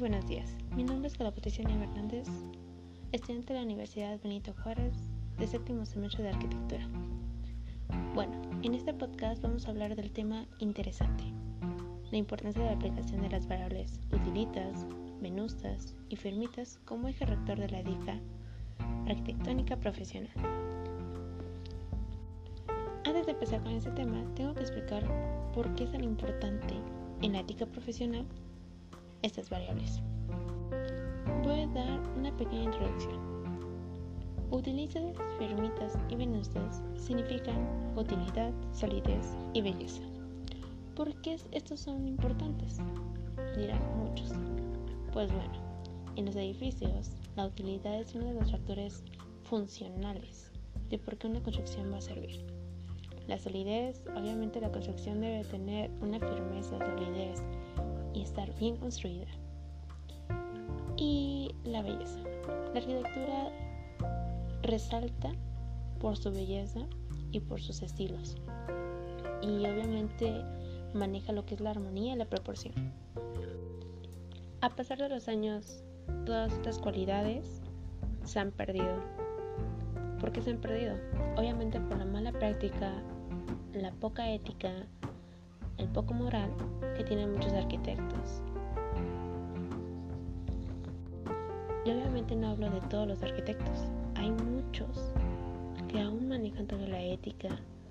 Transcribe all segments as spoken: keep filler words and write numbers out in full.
buenos días, mi nombre es Carla Patricia Nieva Hernández, estudiante de la Universidad Benito Juárez de séptimo semestre de Arquitectura. Bueno, en este podcast vamos a hablar del tema interesante, la importancia de la aplicación de las variables utilitas, venustas y firmitas como eje rector de la ética arquitectónica profesional. Antes de empezar con este tema, tengo que explicar por qué es tan importante en la ética profesional estas variables. Voy a dar una pequeña introducción. Utilitas, firmitas y venustas significan utilidad, solidez y belleza. ¿Por qué estos son importantes? Dirán muchos. Pues bueno, en los edificios la utilidad es uno de los factores funcionales de por qué una construcción va a servir. La solidez, obviamente la construcción debe tener una firmeza, solidez y estar bien construida. Y la belleza. La arquitectura resalta por su belleza y por sus estilos. Y obviamente maneja lo que es la armonía y la proporción. A pesar de los años, todas estas cualidades se han perdido. ¿Por qué se han perdido? Obviamente por la mala práctica, la poca ética, el poco moral que tienen muchos arquitectos. Y obviamente no hablo de todos los arquitectos. Hay muchos que aún manejan toda la ética.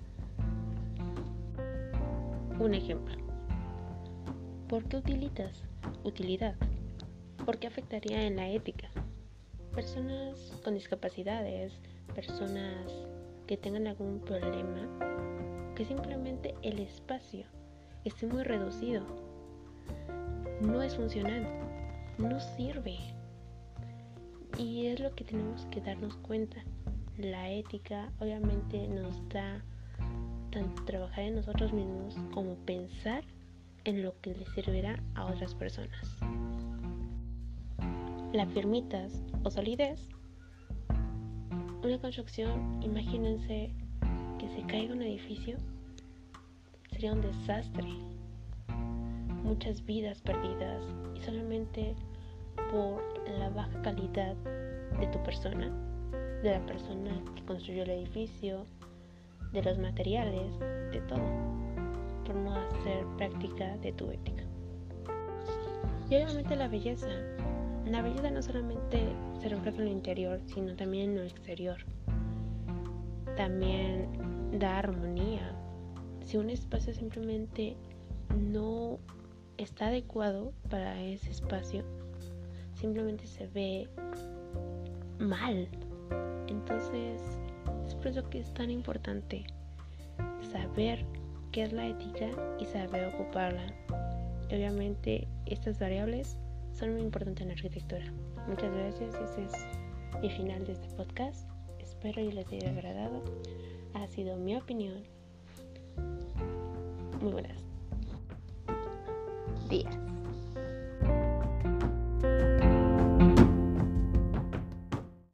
Un ejemplo. ¿Por qué utilitas? Utilidad. ¿Por qué afectaría en la ética? Personas con discapacidades, personas que tengan algún problema, que simplemente el espacio esté muy reducido, no es funcional, no sirve. Y es lo que tenemos que darnos cuenta. La ética obviamente nos da tanto trabajar en nosotros mismos como pensar en lo que le servirá a otras personas. Las firmitas o solidez. Una construcción, imagínense que se caiga un edificio, sería un desastre. Muchas vidas perdidas y solamente por la baja calidad de tu persona, de la persona que construyó el edificio, de los materiales, de todo, por no hacer práctica de tu ética. Y obviamente la belleza. La belleza no solamente se refleja en lo interior, sino también en lo exterior. También da armonía. Si un espacio simplemente no está adecuado para ese espacio, simplemente se ve mal. Entonces, es por eso que es tan importante saber qué es la ética y saber ocuparla. Y obviamente, estas variables son muy importantes en la arquitectura. Muchas gracias. Ese es mi final de este podcast. Espero y les haya agradado. Ha sido mi opinión. Muy buenos días.